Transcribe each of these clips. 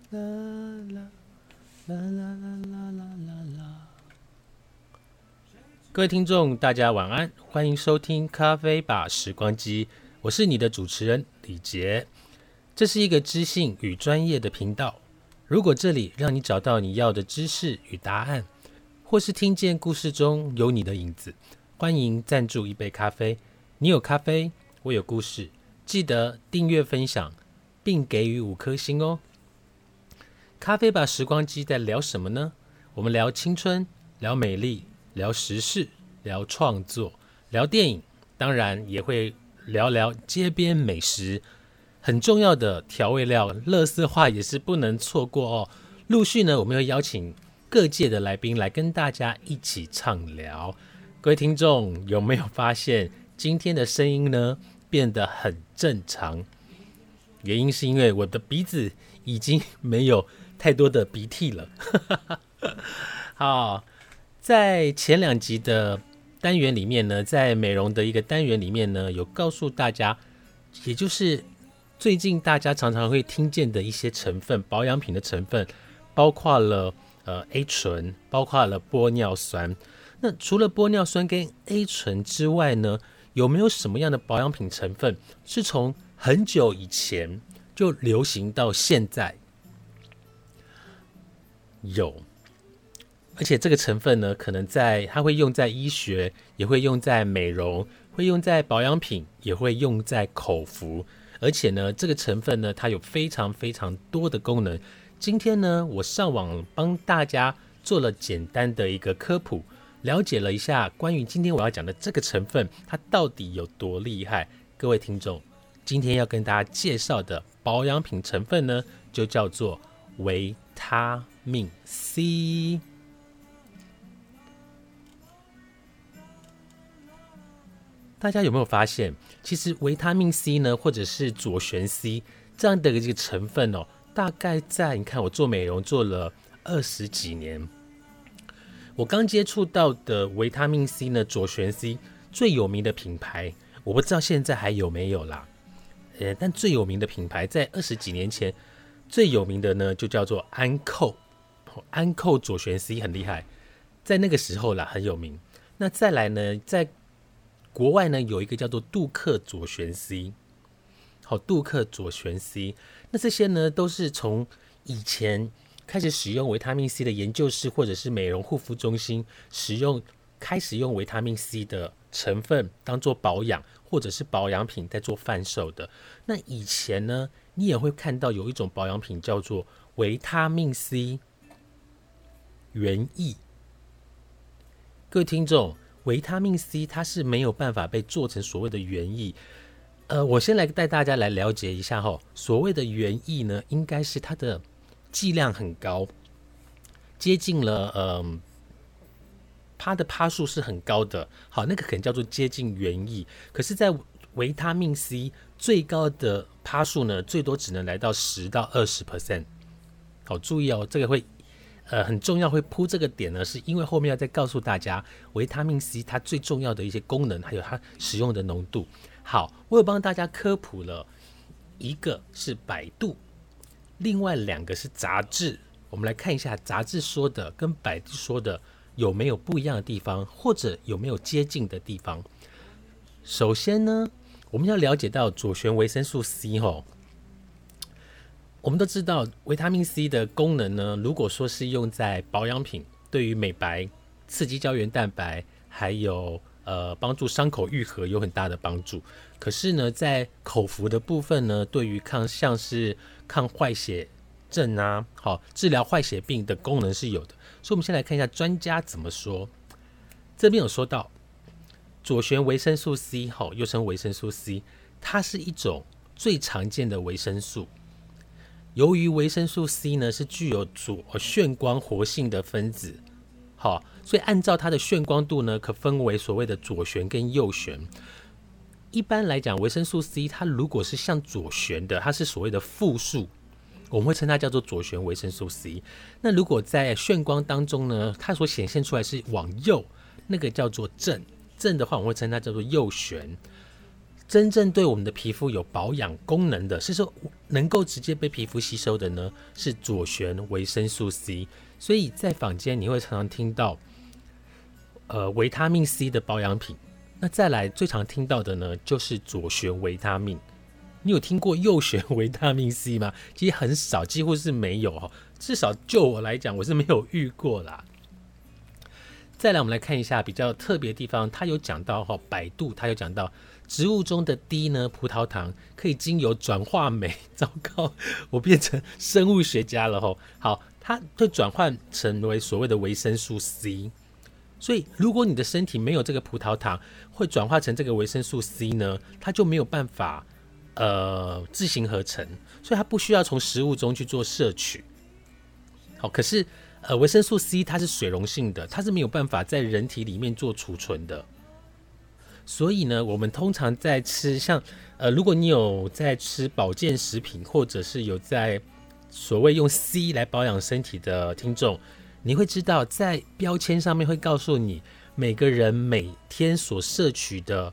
啦啦啦啦啦啦啦啦。各位听众，大家晚安，欢迎收听咖啡吧时光机，我是你的主持人李杰。这是一个知性与专业的频道，如果这里让你找到你要的知识与答案，或是听见故事中有你的影子，欢迎赞助一杯咖啡。你有咖啡，我有故事，记得订阅分享并给予5颗星哦。咖啡吧时光机在聊什么呢？我们聊青春，聊美丽，聊时事，聊创作，聊电影，当然也会聊聊街边美食。很重要的调味料垃圾话也是不能错过哦。陆续呢，我们会邀请各界的来宾来跟大家一起畅聊。各位听众有没有发现今天的声音呢变得很正常？原因是因为我的鼻子已经没有太多的鼻涕了。好，在前2集的单元里面呢，在美容的一个单元里面呢，有告诉大家，也就是最近大家常常会听见的一些成分，保养品的成分，包括了A 醇，包括了玻尿酸。那除了玻尿酸跟 A 醇之外呢，有没有什么样的保养品成分是从很久以前就流行到现在？有，而且这个成分呢，可能它会用在医学，也会用在美容，会用在保养品，也会用在口服。而且呢，这个成分呢，它有非常非常多的功能。今天呢，我上网帮大家做了简单的一个科普，了解了一下关于今天我要讲的这个成分，它到底有多厉害。各位听众，今天要跟大家介绍的保养品成分呢，就叫做维他命 C。大家有没有发现，其实维他命 C 呢，或者是左旋 C 这样的一个成分哦，大概在你看我做美容做了20几年，我刚接触到的维他命 C 呢，左旋 C 最有名的品牌，我不知道现在还有没有啦。但最有名的品牌在20几年前最有名的呢，就叫做安扣。安扣左旋 C 很厉害，在那个时候啦很有名。那再来呢，在国外呢有一个叫做杜克左旋 C。好，杜克左旋 C， 那这些呢都是从以前开始使用维他命 C 的研究室或者是美容护肤中心开始用维他命 C 的成分当做保养或者是保养品在做贩售的。那以前呢，你也会看到有一种保养品叫做维他命 C 原液。各位听众，维他命 C 它是没有办法被做成所谓的原液。我先来带大家来了解一下所谓的原液呢，应该是它的剂量很高，接近了它的趴数是很高的。好，那个可能叫做接近原液。可是在维他命 C 最高的趴数呢，最多只能来到10到20%。好，注意哦，这个会很重要，会铺这个点呢，是因为后面要再告诉大家维他命 C 它最重要的一些功能，还有它使用的浓度。好，我有帮大家科普了，一个是百度，另外2个是杂志。我们来看一下杂志说的跟百度说的有没有不一样的地方，或者有没有接近的地方。首先呢，我们要了解到左旋维生素 C 我们都知道维他命 C 的功能呢，如果说是用在保养品，对于美白、刺激胶原蛋白，还有帮助伤口愈合有很大的帮助。可是呢，在口服的部分呢，对于像是抗坏血症啊，治疗坏血病的功能是有的。所以我们先来看一下专家怎么说。这边有说到左旋维生素 C， 又称维生素 C， 它是一种最常见的维生素。由于维生素 C 呢是具有左旋光活性的分子，所以按照它的旋光度呢，可分为所谓的左旋跟右旋。一般来讲，维生素 C 它如果是向左旋的，它是所谓的负数，我们会称它叫做左旋维生素 C。那如果在旋光当中呢，它所显现出来是往右，那个叫做正的话，我们会称它叫做右旋。 真正对我们的皮肤有保养功能的，是说能够直接被皮肤吸收的呢，是左旋维生素 C。所以在坊间你会常常听到维他命 C 的保养品。那再来最常听到的呢，就是左旋维他命。你有听过右旋维他命 C 吗？其实很少，几乎是没有，至少就我来讲，我是没有遇过啦。再来我们来看一下比较特别的地方，它有讲到百度它有讲到植物中的 D 呢，葡萄糖可以经由转化酶，糟糕，我变成生物学家了好，它会转换成为所谓的维生素 C。所以如果你的身体没有这个葡萄糖会转化成这个维生素 C 呢，它就没有办法自行合成，所以它不需要从食物中去做摄取。好，可是维生素 C 它是水溶性的，它是没有办法在人体里面做储存的。所以呢，我们通常在吃像如果你有在吃保健食品，或者是有在所谓用 C 来保养身体的听众，你会知道在标签上面会告诉你每个人每天所摄取的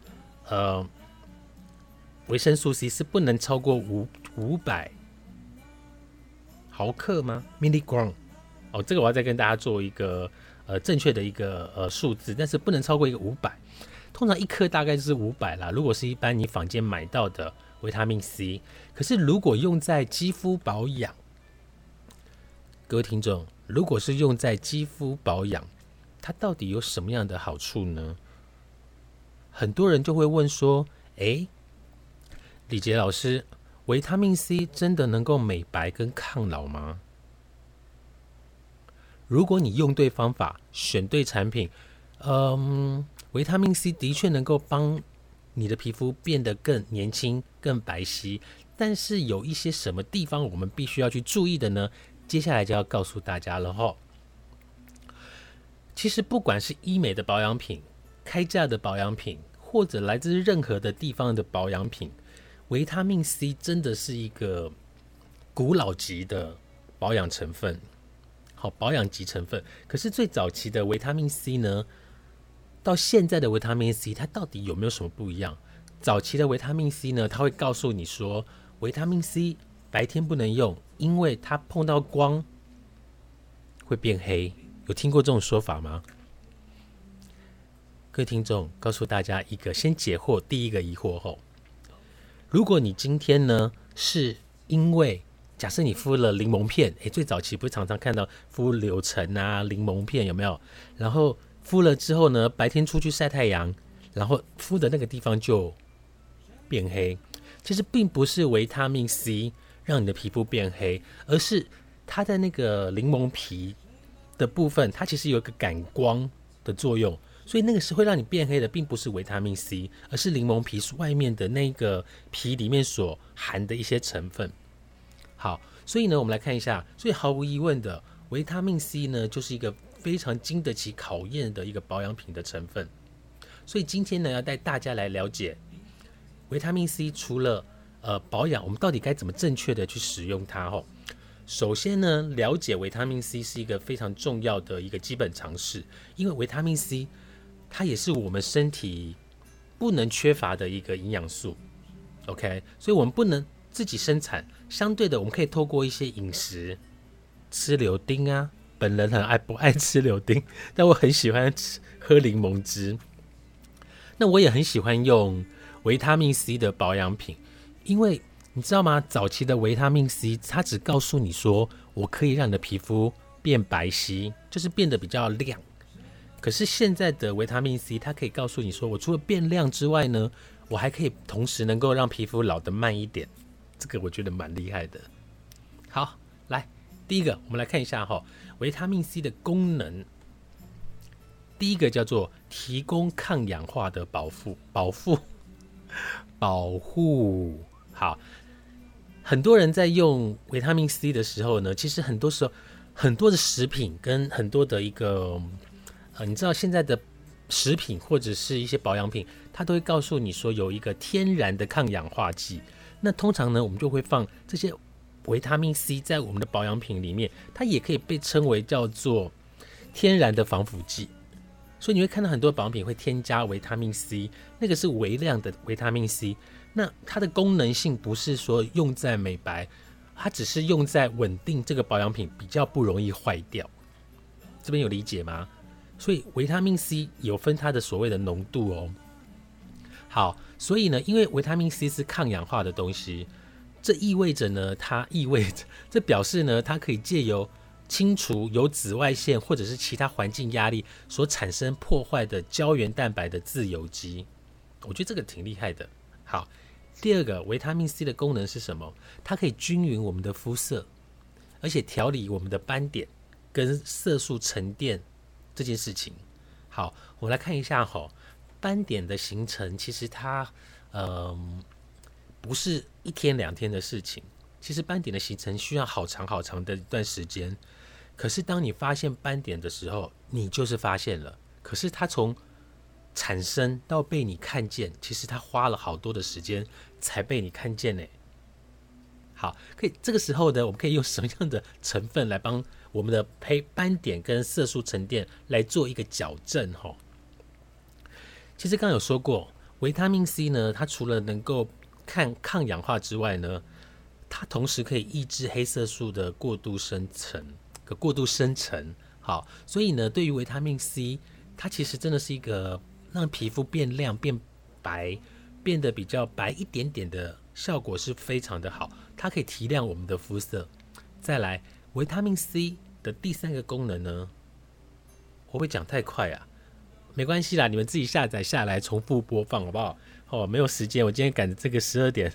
维生素 C 是不能超过500毫克吗 milligram。 这个我要再跟大家做一个正确的一个数字，但是不能超过一个500，通常一颗大概就是500啦，如果是一般你坊间买到的维他命 C。 可是如果用在肌肤保养，各位听众，如果是用在肌肤保养，它到底有什么样的好处呢？很多人就会问说，李杰老师，维他命 C 真的能够美白跟抗老吗？如果你用对方法，选对产品，维他命 C 的确能够帮你的皮肤变得更年轻、更白皙，但是有一些什么地方我们必须要去注意的呢？接下来就要告诉大家了其实不管是医美的保养品、开价的保养品，或者来自任何的地方的保养品，维他命 C 真的是一个古老级的保养成分，保养级成分。可是最早期的维他命 C 呢，到现在的维他命 C 它到底有没有什么不一样？早期的维他命 C 呢，它会告诉你说，维他命 C 白天不能用，因为它碰到光会变黑。有听过这种说法吗？各位听众，告诉大家一个，先解惑第一个疑惑如果你今天呢，是因为假设你敷了柠檬片，最早期不是常常看到敷柳橙啊、柠檬片有没有？然后敷了之后呢，白天出去晒太阳，然后敷的那个地方就变黑。其实并不是维他命 C 让你的皮肤变黑，而是它在那个柠檬皮的部分，它其实有一个感光的作用，所以那个是会让你变黑的，并不是维他命 C， 而是柠檬皮外面的那个皮里面所含的一些成分。好，所以呢，我们来看一下，所以毫无疑问的，维他命 C 呢，就是一个非常经得起考验的一个保养品的成分。所以今天呢，要带大家来了解维他命 C 除了保养，我们到底该怎么正确的去使用它首先呢，了解维他命 C 是一个非常重要的一个基本常识，因为维他命 C 它也是我们身体不能缺乏的一个营养素 ，OK， 所以我们不能自己生产，相对的，我们可以透过一些饮食，吃柳丁啊，本人不爱吃柳丁，但我很喜欢喝柠檬汁。那我也很喜欢用维他命 C 的保养品，因为你知道吗？早期的维他命 C 它只告诉你说，我可以让你的皮肤变白皙，就是变得比较亮。可是现在的维他命 C 它可以告诉你说，我除了变亮之外呢，我还可以同时能够让皮肤老得慢一点，这个我觉得蛮厉害的。好，来第一个我们来看一下维他命 C 的功能。第一个叫做提供抗氧化的保护。好，很多人在用维他命 C 的时候呢，其实很多时候很多的食品跟很多的一个你知道现在的食品或者是一些保养品，它都会告诉你说有一个天然的抗氧化剂。那通常呢，我们就会放这些维他命 C 在我们的保养品里面，它也可以被称为叫做天然的防腐剂。所以你会看到很多保养品会添加维他命 C， 那个是微量的维他命 C， 那它的功能性不是说用在美白，它只是用在稳定这个保养品比较不容易坏掉。这边有理解吗？所以维他命 C 有分它的所谓的浓度哦。好，所以呢，因为维他命 C 是抗氧化的东西，这意味着呢，这表示呢，它可以借由清除由紫外线或者是其他环境压力所产生破坏的胶原蛋白的自由基。我觉得这个挺厉害的。好，第二个，维他命 C 的功能是什么？它可以均匀我们的肤色，而且调理我们的斑点跟色素沉淀这件事情。好，我们来看一下斑点的形成，其实它不是一天两天的事情。其实斑点的形成需要好长好长的一段时间。可是当你发现斑点的时候，你就是发现了。可是它从产生到被你看见，其实它花了好多的时间才被你看见呢。好，可以这个时候呢，我们可以用什么样的成分来帮我们的斑点跟色素沉淀来做一个矫正？其实刚刚有说过，维他命 C 呢，它除了能够抗氧化之外呢，它同时可以抑制黑色素的过度生成。好，所以呢，对于维他命 C， 它其实真的是一个让皮肤变亮、变白、变得比较白一点点的效果是非常的好。它可以提亮我们的肤色。再来，维他命 C 的第三个功能呢，我会不会讲太快啊？没关系啦，你们自己下载下来重复播放好不好？没有时间，我今天赶着这个2点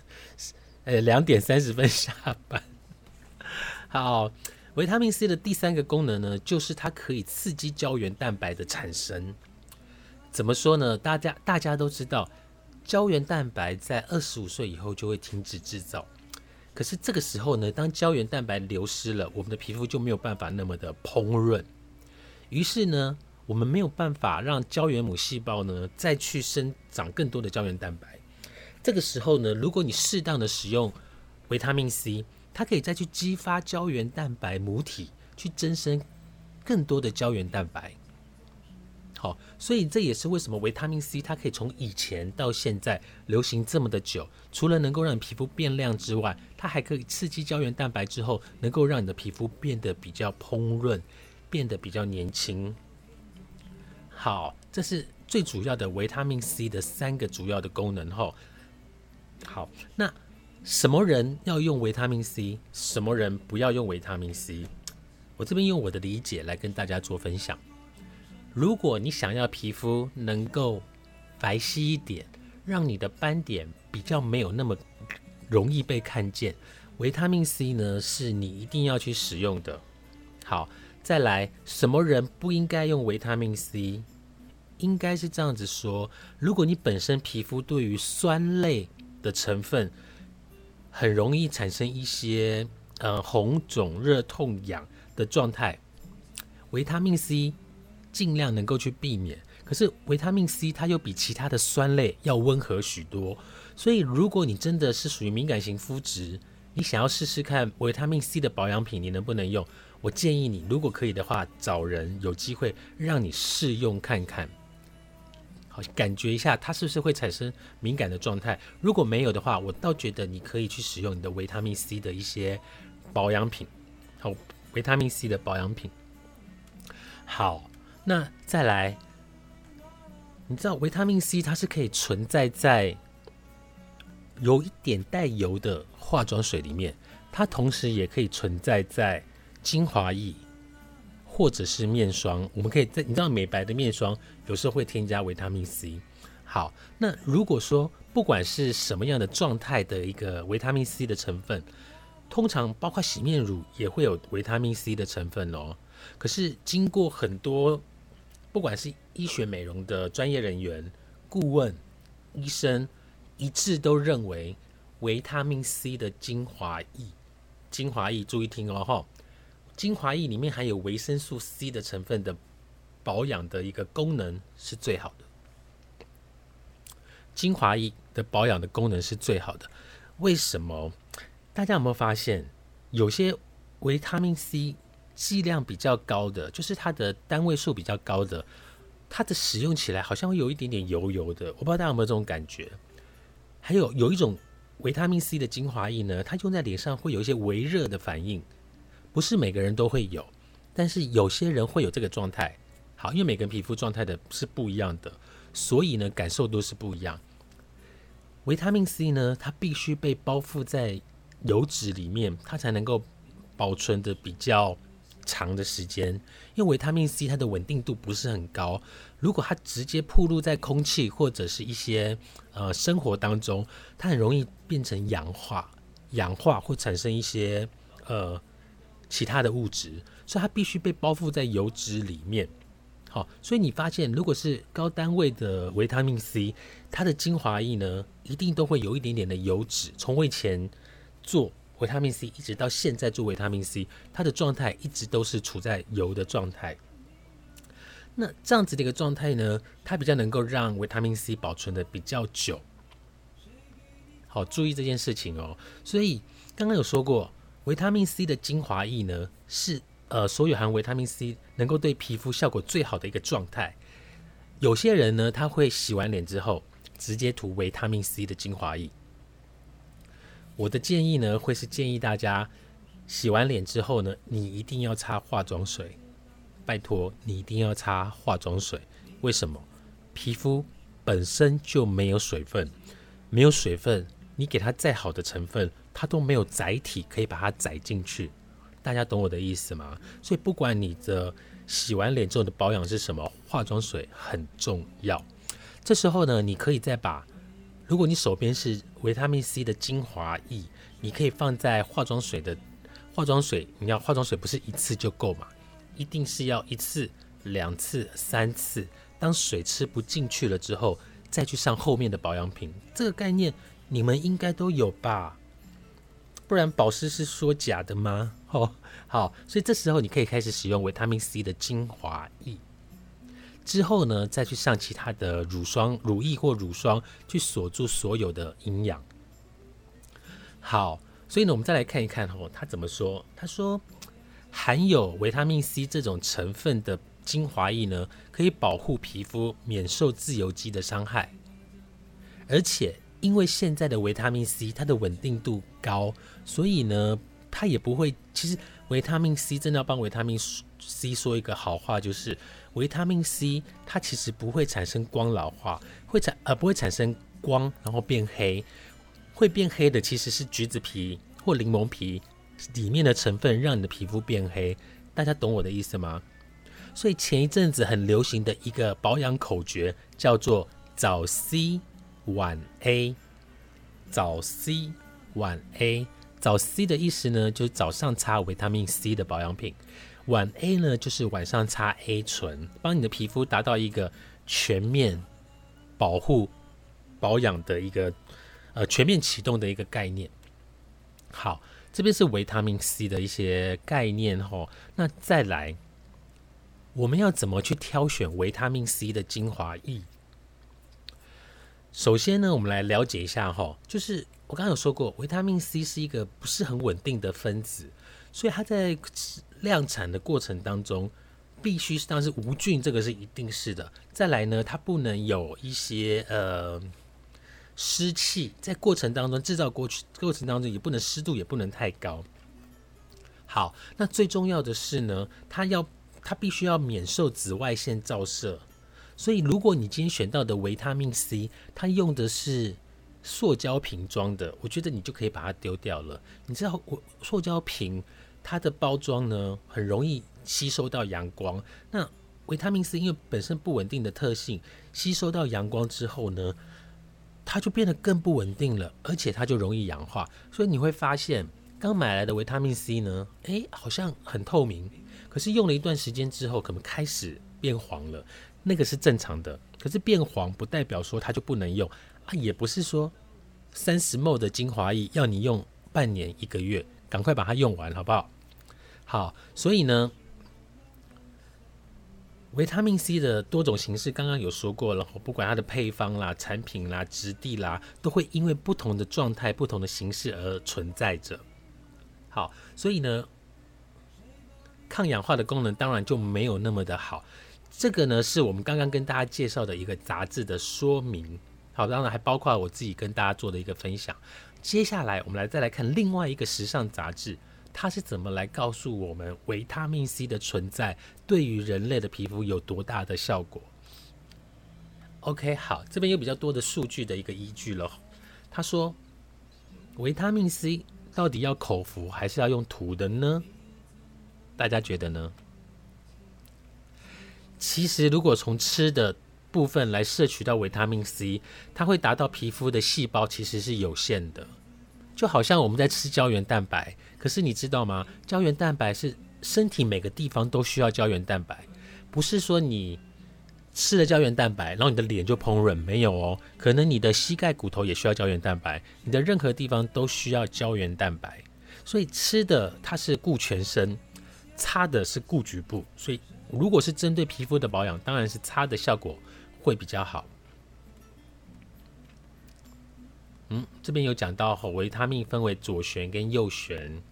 30分下班。好，维他命 C 的第三个功能呢，就是它可以刺激胶原蛋白的产生。怎么说呢？大家都知道，胶原蛋白在25岁以后就会停止制造。可是这个时候呢，当胶原蛋白流失了，我们的皮肤就没有办法那么的膨润。于是呢，我们没有办法让胶原母细胞呢再去生长更多的胶原蛋白。这个时候呢，如果你适当的使用维他命 C， 它可以再去激发胶原蛋白母体去增生更多的胶原蛋白。好，所以这也是为什么维他命 C 它可以从以前到现在流行这么的久，除了能够让你皮肤变亮之外，它还可以刺激胶原蛋白之后，能够让你的皮肤变得比较膨润，变得比较年轻。好，这是最主要的维他命 C 的3个主要的功能。好，那什么人要用维他命 C， 什么人不要用维他命 C？ 我这边用我的理解来跟大家做分享。如果你想要皮肤能够白皙一点，让你的斑点比较没有那么容易被看见，维他命 C 呢是你一定要去使用的。好，再来，什么人不应该用维他命 C？ 应该是这样子说，如果你本身皮肤对于酸类的成分很容易产生一些红肿、热痛、痒的状态，维他命 C 尽量能够去避免。可是维他命 C 它又比其他的酸类要温和许多，所以如果你真的是属于敏感型肤质，你想要试试看维他命 C 的保养品你能不能用，我建议你如果可以的话，找人有机会让你试用看看，好，感觉一下它是不是会产生敏感的状态。如果没有的话，我倒觉得你可以去使用你的维他命 C 的一些保养品。好，维他命 C 的保养品。好，那再来，你知道维他命 C 它是可以存在在有一点带油的化妆水里面，它同时也可以存在在精华液或者是面霜。我们可以在你知道美白的面霜有时候会添加维他命 C。 好，那如果说不管是什么样的状态的一个维他命 C 的成分，通常包括洗面乳也会有维他命 C 的成分哦。可是经过很多不管是医学美容的专业人员、顾问、医生一致都认为维他命 C 的精华液注意听哦，精华液里面含有维生素 C 的成分的保养的一个功能是最好的。精华液的保养的功能是最好的。为什么？大家有没有发现有些维他命 C 剂量比较高的，就是它的单位数比较高的，它的使用起来好像会有一点点油油的。我不知道大家有没有这种感觉。 还有一种维他命 C 的精华液呢，它用在脸上会有一些微热的反应，不是每个人都会有，但是有些人会有这个状态。好，因为每个人皮肤状态的是不一样的，所以呢感受都是不一样。维他命 C 呢，它必须被包覆在油脂里面，它才能够保存的比较长的时间。因为维他命 C 它的稳定度不是很高，如果它直接暴露在空气或者是一些生活当中，它很容易变成氧化或产生一些其他的物质，所以它必须被包覆在油脂里面。好，所以你发现如果是高单位的维他命 C， 它的精华液呢，一定都会有一点点的油脂。从我以前做维他命 C 一直到现在做维他命 C， 它的状态一直都是处在油的状态。那这样子的一个状态呢，它比较能够让维他命 C 保存的比较久。好，注意这件事情哦。所以刚刚有说过，维他命 C 的精华液呢，是所有含维他命 C 能够对皮肤效果最好的一个状态。有些人呢，他会洗完脸之后直接涂维他命 C 的精华液。我的建议呢，会是建议大家洗完脸之后呢，你一定要擦化妆水，拜托你一定要擦化妆水。为什么？皮肤本身就没有水分，没有水分，你给它再好的成分，它都没有载体可以把它载进去。大家懂我的意思吗？所以不管你的洗完脸之后的保养是什么，化妆水很重要。这时候呢，你可以再把，如果你手边是维他命 C 的精华液，你可以放在化妆水，你要化妆水不是一次就够嘛，一定是要1次、2次、3次，当水吃不进去了之后，再去上后面的保养品。这个概念你们应该都有吧？不然保湿是说假的吗？好，所以这时候你可以开始使用维他命 C 的精华液，之后呢，再去上其他的乳液或乳霜，去锁住所有的营养。好，所以呢，我们再来看一看他怎么说。他说，含有维他命 C 这种成分的精华液呢，可以保护皮肤免受自由基的伤害，而且因为现在的维他命 C 它的稳定度高，所以呢，它也不会。其实维他命 C 真的要帮维他命 C 说一个好话，就是维他命 C 它其实不会产生光老化，不会产生光然后变黑。会变黑的其实是橘子皮或柠檬皮里面的成分让你的皮肤变黑。大家懂我的意思吗？所以前一阵子很流行的一个保养口诀叫做早 C晚 A， 早 C 晚 A。 早 C 的意思呢，就是早上擦维他命 C 的保养品，晚 A 呢，就是晚上擦 A 醇，帮你的皮肤达到一个全面保护保养的一个全面启动的一个概念。好，这边是维他命 C 的一些概念齁。那再来，我们要怎么去挑选维他命 C 的精华液？首先呢，我们来了解一下就是我刚刚有说过，维他命 C 是一个不是很稳定的分子，所以它在量产的过程当中，必须当然是无菌，这个是一定是的。再来呢，它不能有一些湿气，在过程当中制造过程当中也不能湿度也不能太高。好，那最重要的是呢，它必须要免受紫外线照射。所以如果你今天选到的维他命 C 它用的是塑胶瓶装的，我觉得你就可以把它丢掉了。你知道塑胶瓶它的包装呢，很容易吸收到阳光，那维他命 C 因为本身不稳定的特性，吸收到阳光之后呢，它就变得更不稳定了，而且它就容易氧化。所以你会发现刚买来的维他命 C 呢，好像很透明，可是用了一段时间之后可能开始变黄了，那个是正常的。可是变黄不代表说它就不能用也不是说30ml 的精华液要你用半年1个月，赶快把它用完好不好？好，所以呢，维他命 C 的多种形式刚刚有说过了，不管它的配方啦、产品啦、质地啦，都会因为不同的状态、不同的形式而存在着。好，所以呢，抗氧化的功能当然就没有那么的好。这个呢，是我们刚刚跟大家介绍的一个杂志的说明。 好，当然还包括我自己跟大家做的一个分享。接下来我们再来看另外一个时尚杂志，它是怎么来告诉我们维他命 C 的存在对于人类的皮肤有多大的效果。 OK， 好，这边有比较多的数据的一个依据了。他说维他命 C 到底要口服还是要用涂的呢？大家觉得呢？其实如果从吃的部分来摄取到维他命 C， 它会达到皮肤的细胞其实是有限的。就好像我们在吃胶原蛋白，可是你知道吗？胶原蛋白是身体每个地方都需要胶原蛋白，不是说你吃了胶原蛋白然后你的脸就膨润，没有哦，可能你的膝盖骨头也需要胶原蛋白，你的任何地方都需要胶原蛋白。所以吃的它是顾全身，擦的是顾局部，所以如果是针对皮肤的保养，当然是擦的效果会比较好。这边有讲到维他命分为左旋跟右旋。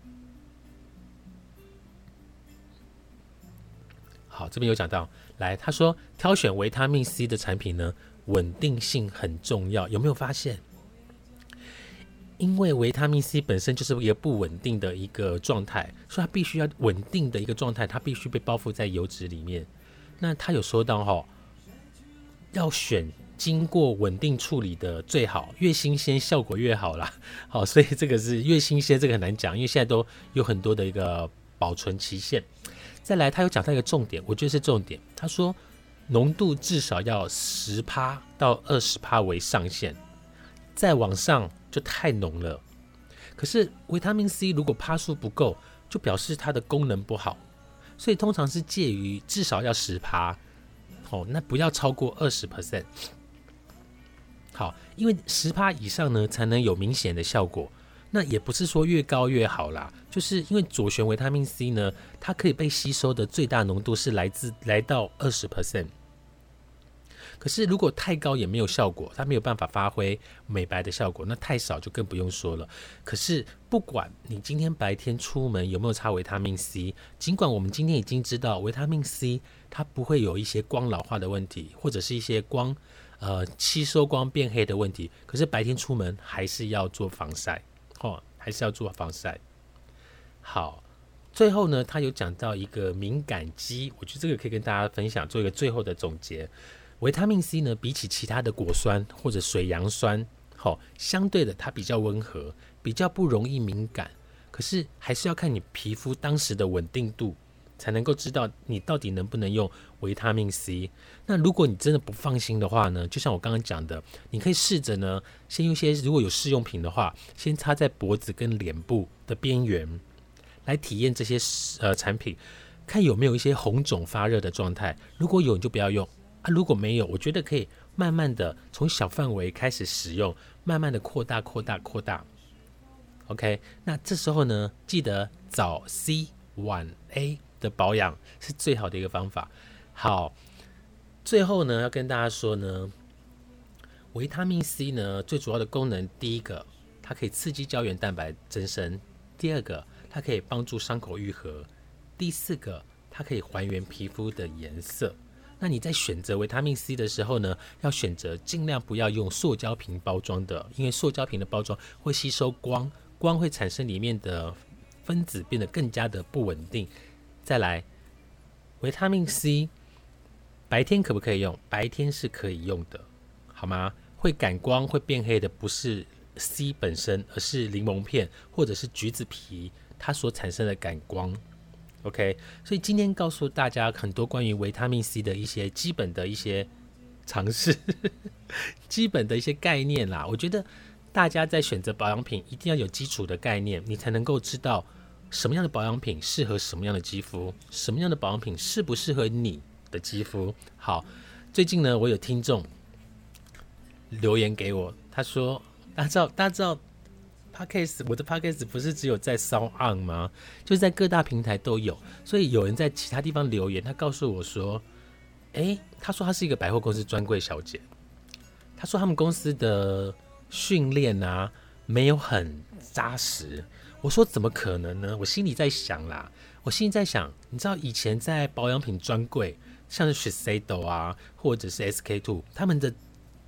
好，这边有讲到，来，他说挑选维他命 C 的产品呢，稳定性很重要。有没有发现？因为维他命 C 本身就是一个不稳定的一个状态，所以它必须要稳定的一个状态，它必须被包覆在油脂里面。那他有说到要选经过稳定处理的最好，越新鲜效果越好啦。好，所以这个是越新鲜，这个很难讲，因为现在都有很多的一个保存期限。再来，他有讲到一个重点，我觉得是重点。他说浓度至少要 10% 到 20% 为上限，再往上就太浓了。可是维他命 C 如果趴数不够，就表示它的功能不好，所以通常是介于至少要 10%，那不要超过 20%。好，因为 10% 以上呢才能有明显的效果。那也不是说越高越好啦，就是因为左旋维他命 C 呢，它可以被吸收的最大浓度是来到 20%。可是如果太高也没有效果，它没有办法发挥美白的效果，那太少就更不用说了。可是不管你今天白天出门有没有擦维他命 C， 尽管我们今天已经知道维他命 C 它不会有一些光老化的问题，或者是一些吸收光变黑的问题，可是白天出门还是要做防晒，还是要做防晒。好，最后呢，他有讲到一个敏感肌，我觉得这个可以跟大家分享，做一个最后的总结。维他命 C 呢，比起其他的果酸或者水杨酸，相对的它比较温和，比较不容易敏感。可是还是要看你皮肤当时的稳定度，才能够知道你到底能不能用维他命 C。那如果你真的不放心的话呢，就像我刚刚讲的，你可以试着呢，先用些如果有试用品的话，先擦在脖子跟脸部的边缘，来体验这些产品，看有没有一些红肿发热的状态。如果有，你就不要用如果没有，我觉得可以慢慢的从小范围开始使用，慢慢的扩大。OK， 那这时候呢，记得早 C 晚 A 的保养是最好的一个方法。好，最后呢，要跟大家说呢，维他命 C 呢，最主要的功能，第一个，它可以刺激胶原蛋白增生；第二个，它可以帮助伤口愈合；第四个，它可以还原皮肤的颜色。那你在选择维他命 C 的时候呢，要选择尽量不要用塑胶瓶包装的，因为塑胶瓶的包装会吸收光，光会产生里面的分子变得更加的不稳定。再来，维他命 C 白天可不可以用？白天是可以用的，好吗？会感光会变黑的不是 C 本身，而是柠檬片或者是橘子皮它所产生的感光。OK， 所以今天告诉大家很多关于维他命 C 的一些基本的一些常识基本的一些概念啦。我觉得大家在选择保养品一定要有基础的概念，你才能够知道什么样的保养品适合什么样的肌肤，什么样的保养品适不适合你的肌肤。好，最近呢，我有听众留言给我，他说大家知道Podcast， 我的 Podcast 不是只有在 SoundOn 吗？就是在各大平台都有，所以有人在其他地方留言，他告诉我说，他说他是一个百货公司专柜小姐，他说他们公司的训练啊没有很扎实。我说怎么可能呢？我心里在想，你知道以前在保养品专柜，像是 Shiseido 啊，或者是 SK2，他们的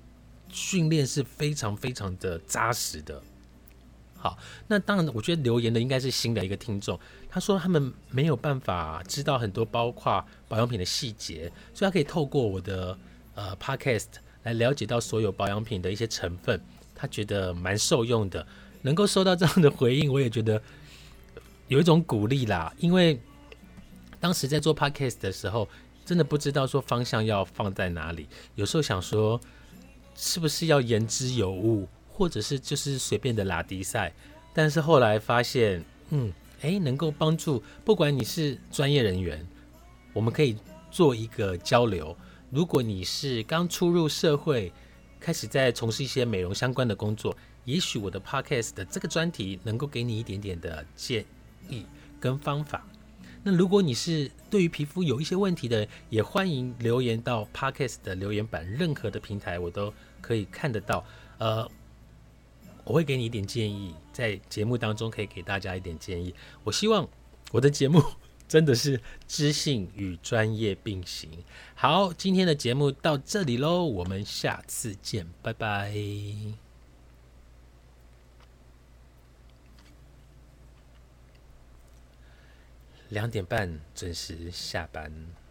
训练是非常非常的扎实的。好，那当然，我觉得留言的应该是新的一个听众，他说他们没有办法知道很多包括保养品的细节，所以他可以透过我的podcast 来了解到所有保养品的一些成分，他觉得蛮受用的。能够收到这样的回应，我也觉得有一种鼓励啦，因为当时在做 podcast 的时候，真的不知道说方向要放在哪里，有时候想说是不是要言之有物，或者是就是随便的拉迪赛，但是后来发现，能够帮助，不管你是专业人员，我们可以做一个交流。如果你是刚出入社会，开始在从事一些美容相关的工作，也许我的 podcast 的这个专题能够给你一点点的建议跟方法。那如果你是对于皮肤有一些问题的，也欢迎留言到 podcast 的留言板，任何的平台我都可以看得到。我会给你一点建议，在节目当中可以给大家一点建议。我希望我的节目真的是知性与专业并行。好，今天的节目到这里咯，我们下次见，拜拜。2点半准时下班。